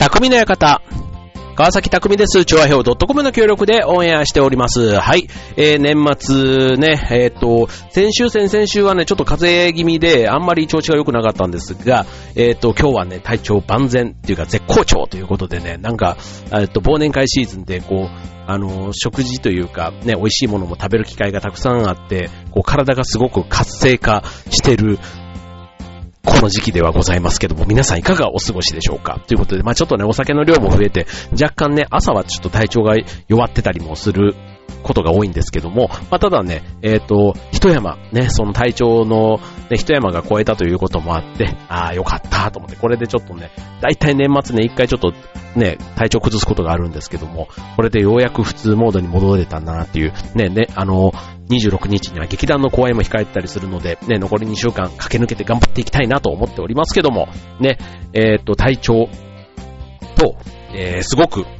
匠の館。川崎匠です。調和表 .com の協力でオンエアしております。はい。年末ね、先週、先々週はね、ちょっと風邪気味で、あんまり調子が良くなかったんですが、今日はね、体調万全っていうか絶好調ということでね、なんか、忘年会シーズンで、こう、食事というか、ね、美味しいものも食べる機会がたくさんあって、こう、体がすごく活性化してる、この時期ではございますけども、皆さんいかがお過ごしでしょうかということで、ちょっとね、お酒の量も増えて、若干ね、朝はちょっと体調が弱ってたりもすることが多いんですけども、ただね、一山、ね、その体調の、ね、一山が超えたということもあって、よかったと思って、これでちょっとね、だいたい年末ね、一回ちょっとね、体調崩すことがあるんですけども、これでようやく普通モードに戻れたんだなっていう、ね、26日には劇団の公演も控えてたりするので、ね、残り2週間駆け抜けて頑張っていきたいなと思っておりますけども、ね、体調と、すごく、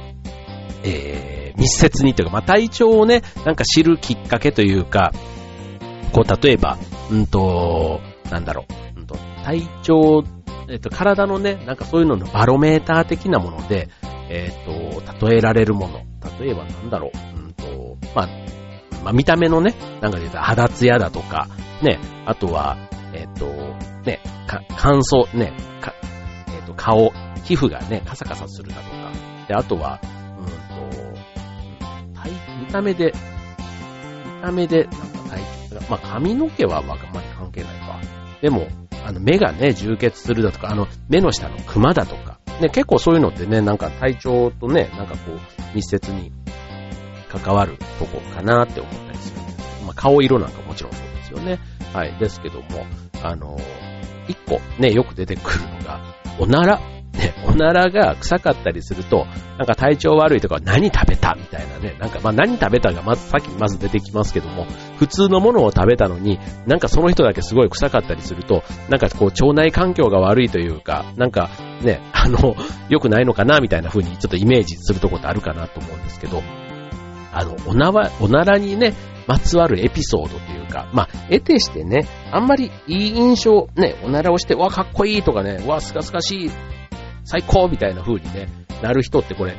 密接にというか、体調をね、なんか知るきっかけというか、こう、例えば、なんだろう、体調、体のね、なんかそういうののバロメーター的なもので、例えられるもの。例えばなんだろう、見た目のね、なんかで言うと肌ツヤだとか、ね、あとは、ね、乾燥、ね、顔、皮膚がね、カサカサするだとか、で、あとは、見た目で、なんか体調が、髪の毛はあんまり関係ないか。でも、目がね、充血するだとか、目の下のクマだとか、ね、結構そういうのってね、なんか体調とね、なんかこう、密接に関わるとこかなって思ったりするんですけど、顔色なんかもちろんそうですよね。はい。ですけども、一個ね、よく出てくるのが、おなら。ね、おならが臭かったりすると、なんか体調悪いとか何食べたみたいなね、なんか何食べたがさっきまず出てきますけども、普通のものを食べたのに、なんかその人だけすごい臭かったりすると、なんかこう腸内環境が悪いというか、なんかね、良くないのかなみたいな風にちょっとイメージするところってあるかなと思うんですけど、おならにね、まつわるエピソードというか、得てしてね、あんまりいい印象、ね、おならをして、わ、かっこいいとかね、わ、すがすがしい、最高みたいな風にね、なる人ってこれ、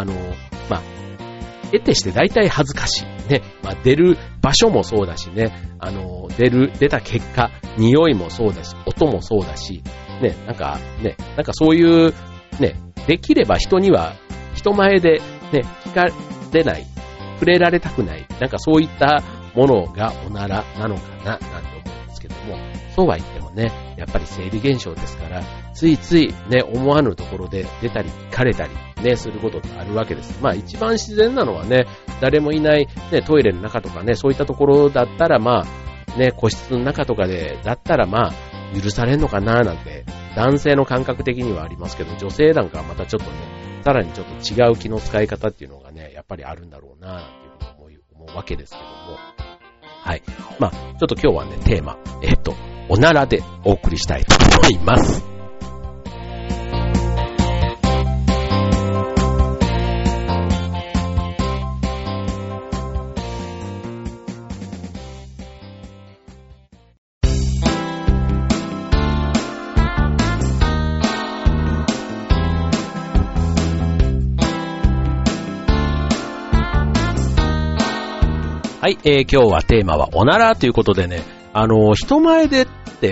得てして大体恥ずかしい。ね。出る場所もそうだしね、出た結果、匂いもそうだし、音もそうだし、ね、なんかそういう、ね、できれば人には、人前でね、聞かれない、触れられたくない、なんかそういったものがおならなのかな、なんて思うんですけども、そうは言ってもね、やっぱり生理現象ですから、ついついね、思わぬところで出たり聞かれたりね、することってあるわけです。一番自然なのはね、誰もいないね、トイレの中とかね、そういったところだったらね、個室の中とかで、だったら許されんのかななんて、男性の感覚的にはありますけど、女性なんかはまたちょっとね、さらにちょっと違う気の使い方っていうのがね、やっぱりあるんだろうな、なんていうふうに思うわけですけども。はい。ちょっと今日はね、テーマ、おならでお送りしたいと思います。はい、今日はテーマはおならということでね、人前でって、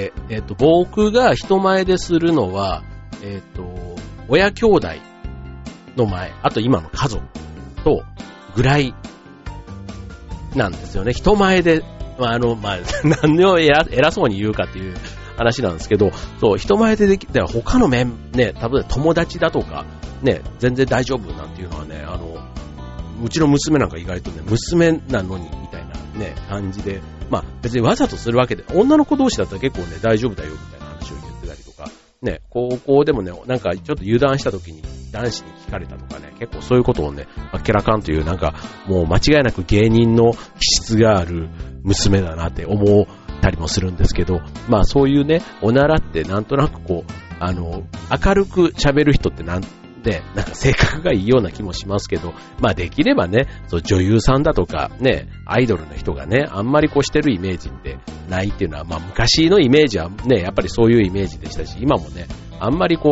僕が人前でするのは、親兄弟の前、あと今の家族とぐらいなんですよね。人前で、何を偉そうに言うかっていう話なんですけど、そう、人前でできて、他のね、多分友達だとか、ね、全然大丈夫なんていうのはね、うちの娘なんか意外とね、娘なのにみたいなね、感じで、別にわざとするわけで、女の子同士だったら結構ね、大丈夫だよみたいな話を言ってたりとか、ね、高校でもね、なんかちょっと油断した時に男子に聞かれたとかね、結構そういうことをね、キャラカンというなんか、もう間違いなく芸人の気質がある娘だなって思ったりもするんですけど、そういうね、おならってなんとなくこう、明るく喋る人ってなんか性格がいいような気もしますけど、できればね、そう女優さんだとかね、アイドルの人がね、あんまりこうしてるイメージってないっていうのは、昔のイメージはね、やっぱりそういうイメージでしたし、今もね、あんまりこう、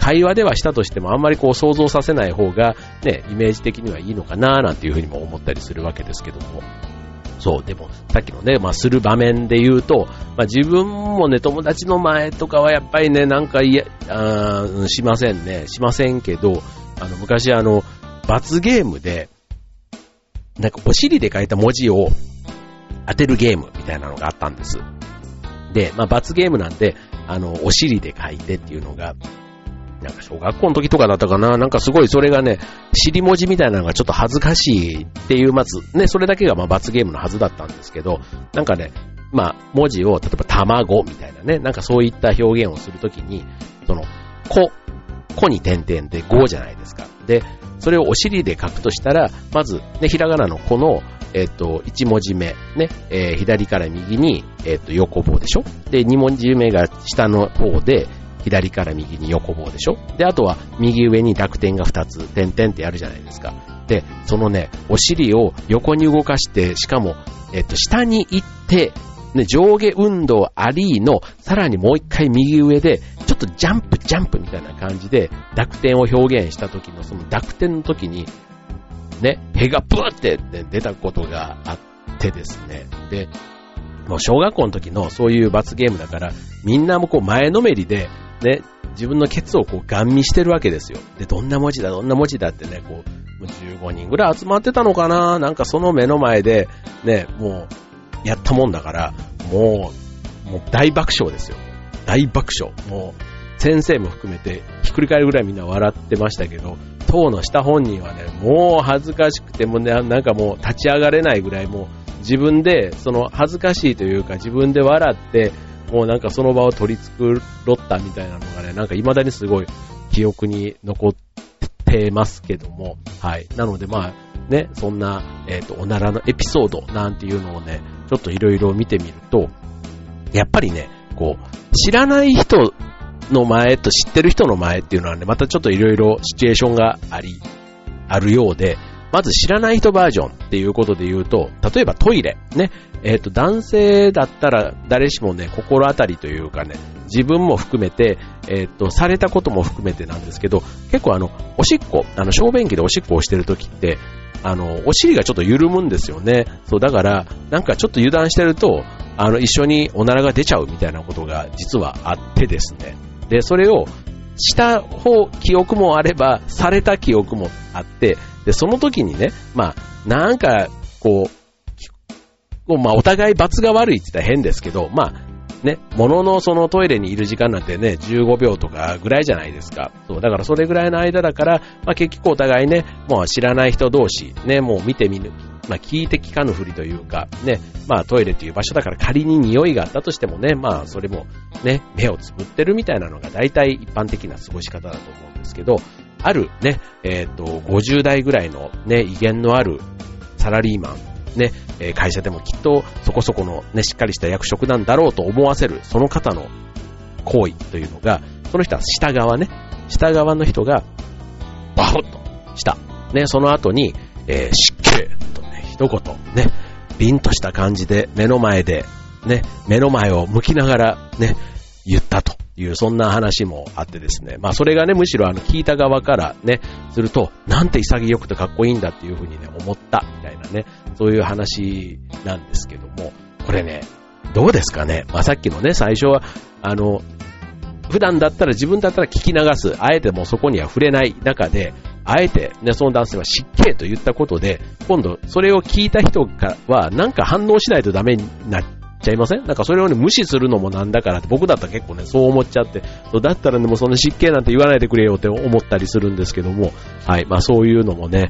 会話ではしたとしてもあんまりこう想像させない方がね、イメージ的にはいいのかななんていうふうにも思ったりするわけですけども。そう、でも、さっきのね、する場面で言うと、自分もね、友達の前とかはやっぱりね、なんかしませんね。しませんけど、昔罰ゲームで、なんかお尻で書いた文字を当てるゲームみたいなのがあったんです。で、罰ゲームなんで、お尻で書いてっていうのが、なんか小学校の時とかだったかな、なんかすごいそれがね、尻文字みたいなのがちょっと恥ずかしいっていう、まずね、それだけが罰ゲームのはずだったんですけど、なんかね、文字を、例えば卵みたいなね、なんかそういった表現をするときに、子に点々で5じゃないですか。で、それをお尻で書くとしたら、まず、ね、ひらがなの子の、1文字目、ね、左から右に、横棒でしょ。で、2文字目が下の方で、左から右に横棒でしょ。で、あとは右上に濁点が2つ、点々ってやるじゃないですか。で、そのね、お尻を横に動かして、しかも、下に行って、ね、上下運動ありの、さらにもう一回右上で、ちょっとジャンプみたいな感じで、濁点を表現した時の、その濁点の時に、ね、屁がブーって、ね、出たことがあってですね。で、もう小学校の時のそういう罰ゲームだから、みんなもこう前のめりで、ね、自分のケツをこうガン見してるわけですよ。で、どんな文字だってね、こう、15人ぐらい集まってたのかな、なんかその目の前で、ね、もう、やったもんだから、もう大爆笑ですよ。大爆笑。もう、先生も含めて、ひっくり返るぐらいみんな笑ってましたけど、当の下本人はね、もう恥ずかしくてもね、なんかもう立ち上がれないぐらい、もう自分で、その恥ずかしいというか、自分で笑って、もうなんかその場を取り繕ったみたいなのがね、なんか未だにすごい記憶に残ってますけども、はい。なのでね、そんな、おならのエピソードなんていうのをね、ちょっといろいろ見てみると、やっぱりね、こう、知らない人の前と知ってる人の前っていうのはね、またちょっといろいろシチュエーションがあるようで、まず知らない人バージョンっていうことで言うと、例えばトイレ。ね。男性だったら誰しもね、心当たりというかね、自分も含めて、されたことも含めてなんですけど、結構おしっこ、小便器でおしっこをしてるときって、お尻がちょっと緩むんですよね。そう、だから、なんかちょっと油断してると、一緒におならが出ちゃうみたいなことが実はあってですね。で、それをした記憶もあれば、された記憶もあって、で、その時にね、なんか、こう、お互い罰が悪いって言ったら変ですけど、ね、そのトイレにいる時間なんてね、15秒とかぐらいじゃないですか。そう、だからそれぐらいの間だから、結局お互いね、もう知らない人同士、ね、もう見てみる、聞いて聞かぬふりというか、ね、トイレという場所だから仮に匂いがあったとしてもね、それもね、目をつぶってるみたいなのが大体一般的な過ごし方だと思うんですけど、あるね、50代ぐらいのね、威厳のあるサラリーマン、ね、会社でもきっとそこそこのね、しっかりした役職なんだろうと思わせる、その方の行為というのが、その人は下側の人が、バフッとした。ね、その後に、失敬とね、一言、ね、凛とした感じで目の前で、ね、目の前を向きながら、ね、言ったという、そんな話もあってですね。それがね、むしろ聞いた側からね、すると、なんて潔くてかっこいいんだっていうふうにね、思ったみたいなね、そういう話なんですけども、これね、どうですかね。さっきのね、最初は、普段だったら自分だったら聞き流す、あえてもうそこには触れない中で、あえてね、その男性は失敬と言ったことで、今度それを聞いた人はなんか反応しないとダメになっちゃいません？なんかそれをね、無視するのもなんだからって、僕だったら結構ね、そう思っちゃって、だったらね、もうその失敬なんて言わないでくれよって思ったりするんですけども、はい、そういうのもね、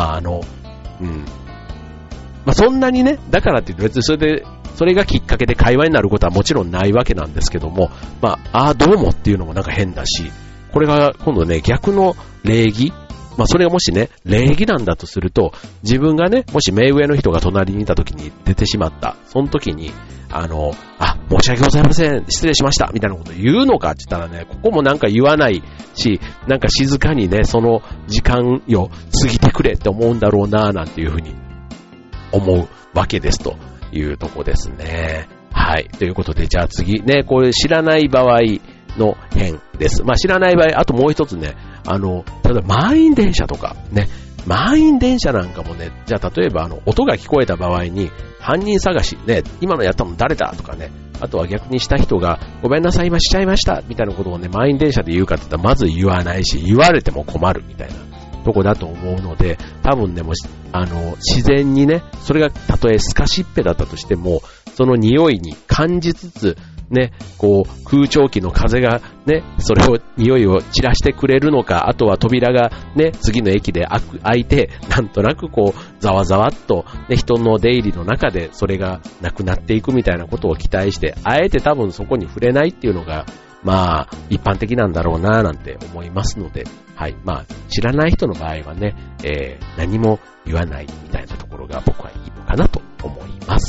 そんなにね、だからって別にそれがきっかけで会話になることはもちろんないわけなんですけども、どうもっていうのもなんか変だし、これが今度ね、逆の礼儀、それがもしね、礼儀なんだとすると、自分がね、もし目上の人が隣にいた時に出てしまった、その時に、申し訳ございません、失礼しました、みたいなこと言うのかって言ったらね、ここもなんか言わないし、なんか静かにね、その時間よ、過ぎてくれって思うんだろうな、なんていうふうに思うわけですというとこですね。はい。ということで、じゃあ次ね、これ知らない場合、 の辺です。まあ知らない場合、あともう一つね、例えば満員電車とかね、満員電車なんかもね、じゃあ例えば音が聞こえた場合に犯人探しね、今のやったの誰だとかね、あとは逆にした人がごめんなさい今しちゃいましたみたいなことをね、満員電車で言うかって言ったらまず言わないし、言われても困るみたいなとこだと思うので、多分ね、もう自然にね、それがたとえスカシッペだったとしても、その匂いに感じつつね、こう空調機の風がね、それを匂いを散らしてくれるのか、あとは扉がね、次の駅で開いて、なんとなくこうざわざわっと、ね、人の出入りの中でそれがなくなっていくみたいなことを期待して、あえて多分そこに触れないっていうのがまあ一般的なんだろうななんて思いますので、はい、まあ知らない人の場合はね、何も言わないみたいなところが僕はいいのかなと思います。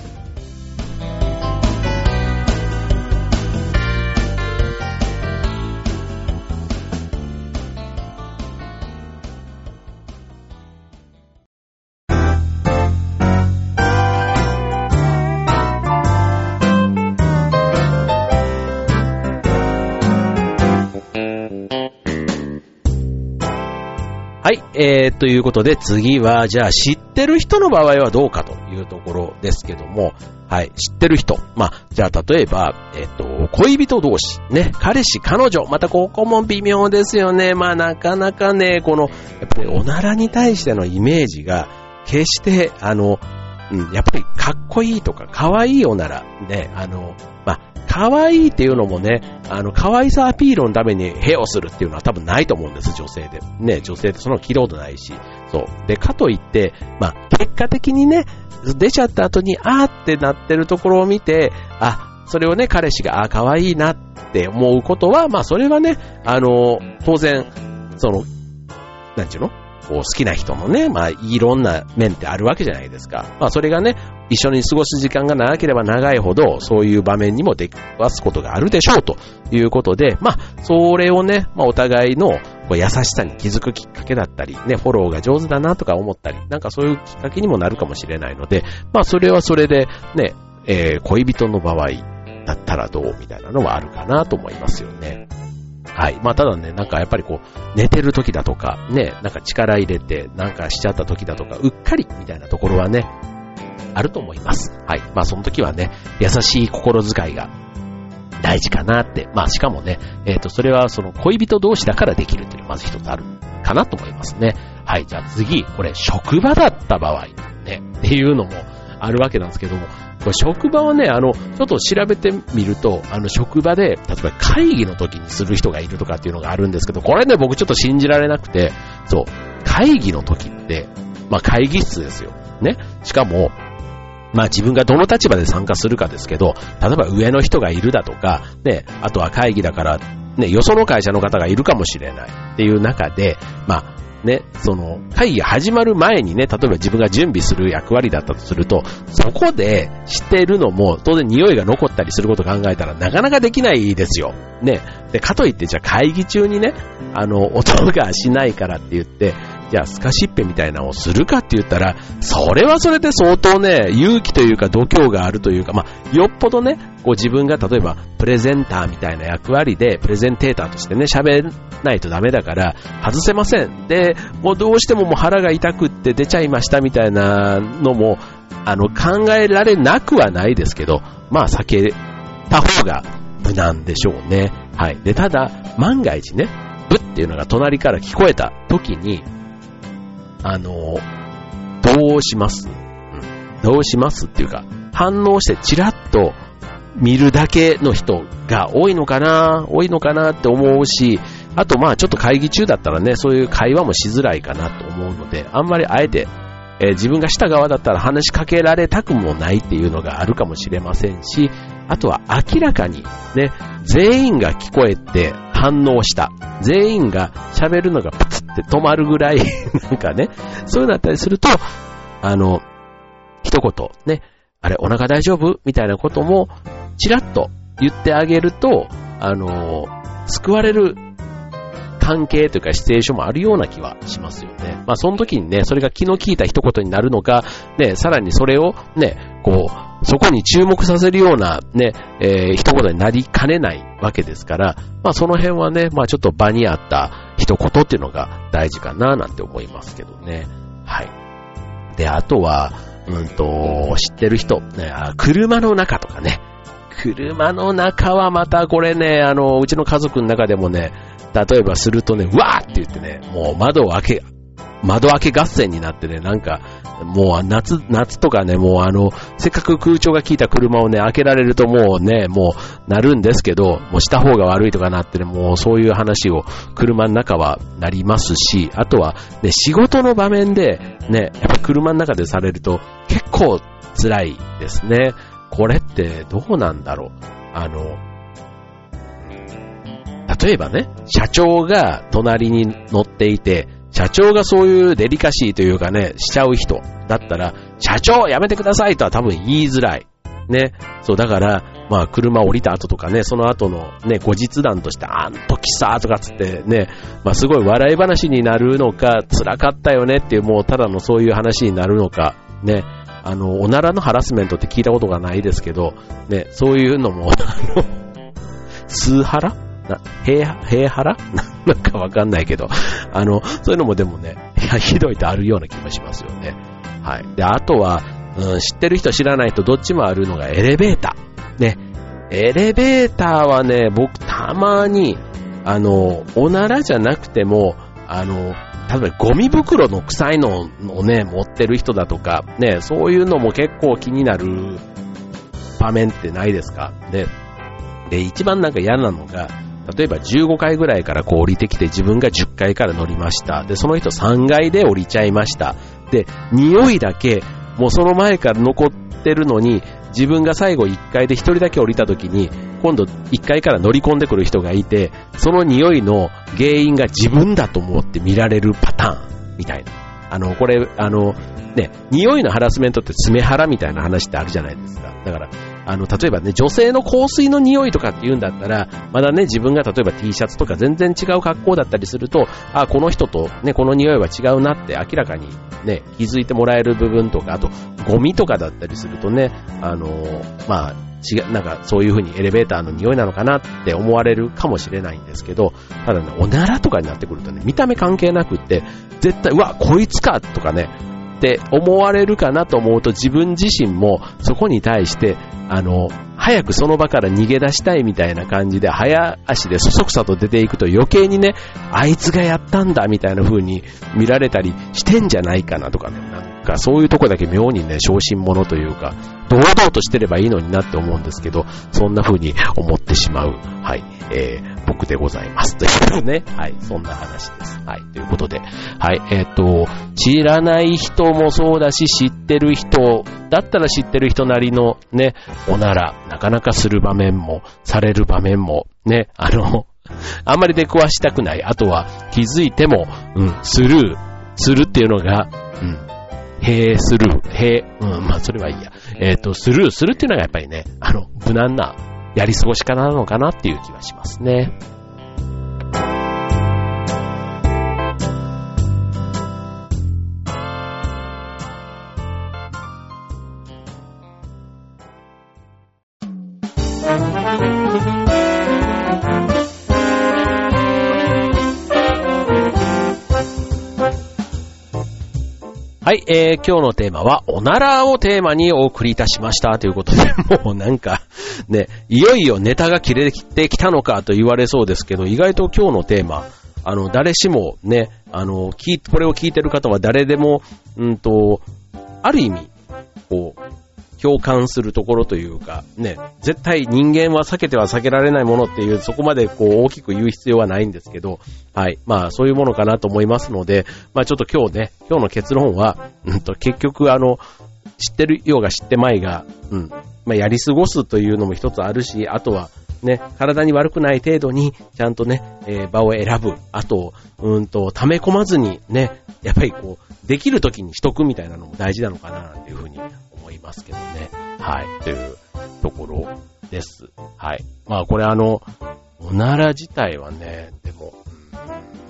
はい、ということで次は、じゃあ知ってる人の場合はどうかというところですけども、はい、知ってる人。まあ、じゃあ例えば、恋人同士、ね、彼氏、彼女、またここも微妙ですよね。まあなかなかね、この、やっぱりおならに対してのイメージが、決して、やっぱりかっこいいとか、可愛いおなら、ね、まあ、可愛いっていうのもね、可愛さアピールのためにヘをするっていうのは多分ないと思うんです、女性で。ね、女性ってその聞いたことないし。そう。で、かといって、まあ、結果的にね、出ちゃった後に、あーってなってるところを見て、それをね、彼氏が、可愛いなって思うことは、まあ、それはね、当然、なんちゅうの？こう好きな人のね、まあいろんな面ってあるわけじゃないですか。まあそれがね、一緒に過ごす時間が長ければ長いほど、そういう場面にも出くわすことがあるでしょうということで、まあそれをね、まあお互いのこう優しさに気づくきっかけだったり、ね、フォローが上手だなとか思ったり、なんかそういうきっかけにもなるかもしれないので、まあそれはそれでね、恋人の場合だったらどうみたいなのはあるかなと思いますよね。はい。まあ、ただね、なんかやっぱりこう、寝てる時だとか、ね、なんか力入れて、なんかしちゃった時だとか、うっかりみたいなところはね、あると思います。はい。まあ、その時はね、優しい心遣いが大事かなって。まあ、しかもね、それはその恋人同士だからできるっていうのがまず一つあるかなと思いますね。はい。じゃあ次、これ、職場だった場合、ね、っていうのもあるわけなんですけども、これ職場はね、ちょっと調べてみると、職場で、例えば会議の時にする人がいるとかっていうのがあるんですけど、これね、僕ちょっと信じられなくて、そう、会議の時って、まあ会議室ですよ。ね。しかも、まあ自分がどの立場で参加するかですけど、例えば上の人がいるだとか、ね、あとは会議だから、ね、よその会社の方がいるかもしれないっていう中で、まあ、ね、その会議始まる前にね、例えば自分が準備する役割だったとすると、そこでしてるのも当然匂いが残ったりすることを考えたらなかなかできないですよ。ね。で、かといってじゃあ会議中にね、音がしないからって言って、じゃあスカシッペみたいなのをするかって言ったら、それはそれで相当ね、勇気というか度胸があるというか、まあ、よっぽどね、こう自分が例えばプレゼンターみたいな役割でプレゼンテーターとしてね、喋らないとダメだから外せません。で、もうどうしてももう腹が痛くって出ちゃいましたみたいなのも、考えられなくはないですけど、まあ避けた方が無難でしょうね。はい。で、ただ、万が一ね、ブッっていうのが隣から聞こえた時に、どうします？どうしますっていうか、反応してチラッと見るだけの人が多いのかなって思うし、あとまあちょっと会議中だったらね、そういう会話もしづらいかなと思うので、あんまりあえて、自分がした側だったら話しかけられたくもないっていうのがあるかもしれませんし、あとは明らかにね、全員が聞こえて反応した。全員が喋るのがプツって止まるぐらい、なんかね、そういうのだったりすると、一言ね、あれお腹大丈夫みたいなこともチラッと言ってあげると、救われる関係というかシチュエーションもあるような気はしますよね。まあその時にね、それが気の利いた一言になるのか、ね、さらにそれをね、こう、そこに注目させるようなね、一言になりかねないわけですから、まあその辺はね、まあちょっと場に合った一言っていうのが大事かななんて思いますけどね。はい。で、あとは、知ってる人、ね、車の中とかね。車の中はまたこれね、うちの家族の中でもね、例えばするとね、わーって言ってね、もう窓開け合戦になってね、なんか、もう夏とかね、もうせっかく空調が効いた車をね、開けられるともうね、もうなるんですけど、もうした方が悪いとかなってね、もうそういう話を車の中はなりますし、あとはね、仕事の場面でね、やっぱ車の中でされると結構辛いですね。これってどうなんだろう。例えばね、社長が隣に乗っていて、社長がそういうデリカシーというかね、しちゃう人だったら、社長やめてくださいとは多分言いづらい。ね。そう、だから、まあ車降りた後とかね、その後のね、後日談として、あん時さとかつってね、まあすごい笑い話になるのか、辛かったよねっていう、もうただのそういう話になるのか、ね。おならのハラスメントって聞いたことがないですけど、ね、そういうのも、スーハラ平ハラなんかわかんないけど、そういうのもでもね、ひどいとあるような気もしますよね。はい。で、あとは、知ってる人知らない人どっちもあるのがエレベーター。ね。エレベーターはね、僕たまに、おならじゃなくても、例えばゴミ袋の臭いのをね、持ってる人だとか、ね、そういうのも結構気になる場面ってないですか？で、一番なんか嫌なのが、例えば15階ぐらいからこう降りてきて自分が10階から乗りました。で、その人3階で降りちゃいました。で、匂いだけ、もうその前から残ってるのに、自分が最後1階で1人だけ降りた時に、今度1階から乗り込んでくる人がいて、その匂いの原因が自分だと思って見られるパターンみたいな。これ、ね、匂いのハラスメントって爪ハラみたいな話ってあるじゃないですか。だから、例えばね、女性の香水の匂いとかって言うんだったら、まだね、自分が例えば T シャツとか全然違う格好だったりすると、あ、この人とね、この匂いは違うなって明らかにね、気づいてもらえる部分とか、あと、ゴミとかだったりするとね、まあ、なんかそういう風にエレベーターの匂いなのかなって思われるかもしれないんですけど、ただね、おならとかになってくるとね、見た目関係なくって、絶対、うわ、こいつかとかね、って思われるかなと思うと、自分自身もそこに対して、早くその場から逃げ出したいみたいな感じで、早足でそそくさと出ていくと余計にね、あいつがやったんだみたいな風に見られたりしてんじゃないかなとかね、なんかそういうとこだけ妙にね、小心者というか、堂々としてればいいのになって思うんですけど、そんな風に思ってしまう、はい、僕でございます。というね、はい、そんな話です。はい、ということで、はい、知らない人もそうだし、知ってる人だったら知ってる人なりのね、おなら、なかなかする場面も、される場面も、ね、あんまり出くわしたくない。あとは、気づいても、スルーっていうのが、まあ、それはいいや。スルーするっていうのがやっぱりね、無難なやり過ごし方なのかなっていう気はしますね。はい、今日のテーマはおならをテーマにお送りいたしましたということで、もうなんかね、いよいよネタが切れてきたのかと言われそうですけど、意外と今日のテーマ、誰しもね、これを聞いてる方は誰でも、ある意味、こう、共感するところというか、ね、絶対人間は避けては避けられないものっていう、そこまでこう大きく言う必要はないんですけど、はい。まあそういうものかなと思いますので、まあちょっと今日の結論は、結局知ってるようが知ってまいが、まあやり過ごすというのも一つあるし、あとは、ね、体に悪くない程度に、ちゃんとね、場を選ぶ。あと、溜め込まずにね、やっぱりこう、できる時にしとくみたいなのも大事なのかな、なんていうふうに思いますけどね。はい。というところです。はい。まあこれおなら自体はね、でも、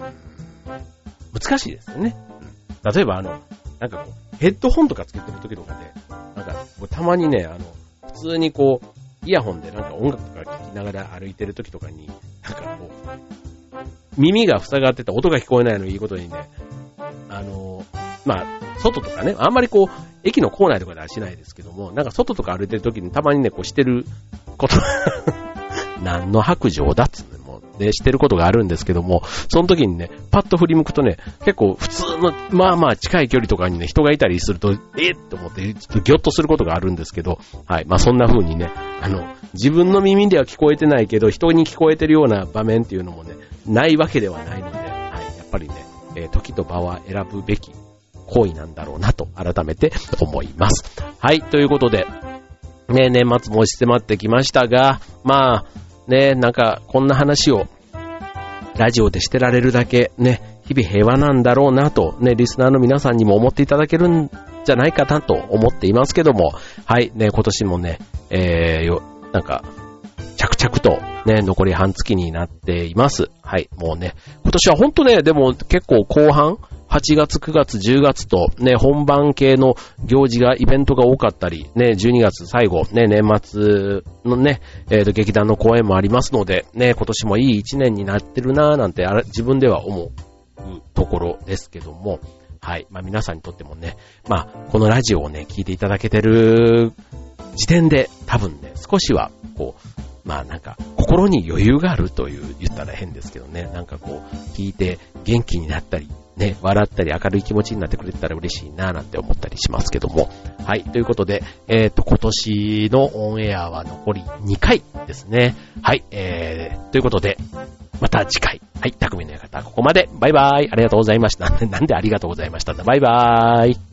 難しいですよね。例えばなんかこう、ヘッドホンとかつけてる時とかで、なんかたまにね、普通にこう、イヤホンでなんか音楽とか聴きながら歩いてる時とかに、なんかこう、耳が塞がってた音が聞こえないのいいことにね、まあ、外とかね、あんまりこう、駅の構内とかではしないですけども、なんか外とか歩いてる時にたまにね、こうしてること、何の白状だっつってもね、してることがあるんですけども、その時にね、パッと振り向くとね、結構普通の、まあまあ近い距離とかにね、人がいたりすると、と思って、ちょっとギョッとすることがあるんですけど、はい、まあそんな風にね、自分の耳では聞こえてないけど、人に聞こえてるような場面っていうのもね、ないわけではないので、はい、やっぱりね、時と場は選ぶべき行為なんだろうなと改めて思います。はい、ということで、ね、年末も押し迫ってきましたが、まあ、ね、なんかこんな話をラジオでしてられるだけね、日々平和なんだろうなとね、リスナーの皆さんにも思っていただけるんじゃないかなと思っていますけども、はい、ね、今年もね、なんか、着々とね、残り半月になっています。はい、もうね、今年は本当ね、でも結構後半、8月、9月、10月とね、本番系の行事が、イベントが多かったり、ね、12月最後、ね、年末のね、劇団の公演もありますので、ね、今年もいい1年になってるなぁなんて、自分では思うところですけども、はい、まあ皆さんにとってもね、まあこのラジオをね、聞いていただけてる時点で、多分ね、少しは、こう、まあなんか、心に余裕があるという、言ったら変ですけどね、なんかこう、聞いて元気になったり、ね、笑ったり明るい気持ちになってくれたら嬉しいなぁなんて思ったりしますけども。はい、ということで、今年のオンエアは残り2回ですね。はい、ということで、また次回。はい、匠の館、ここまで。バイバイ。ありがとうございました。なんでありがとうございましたんだ。バイバイ。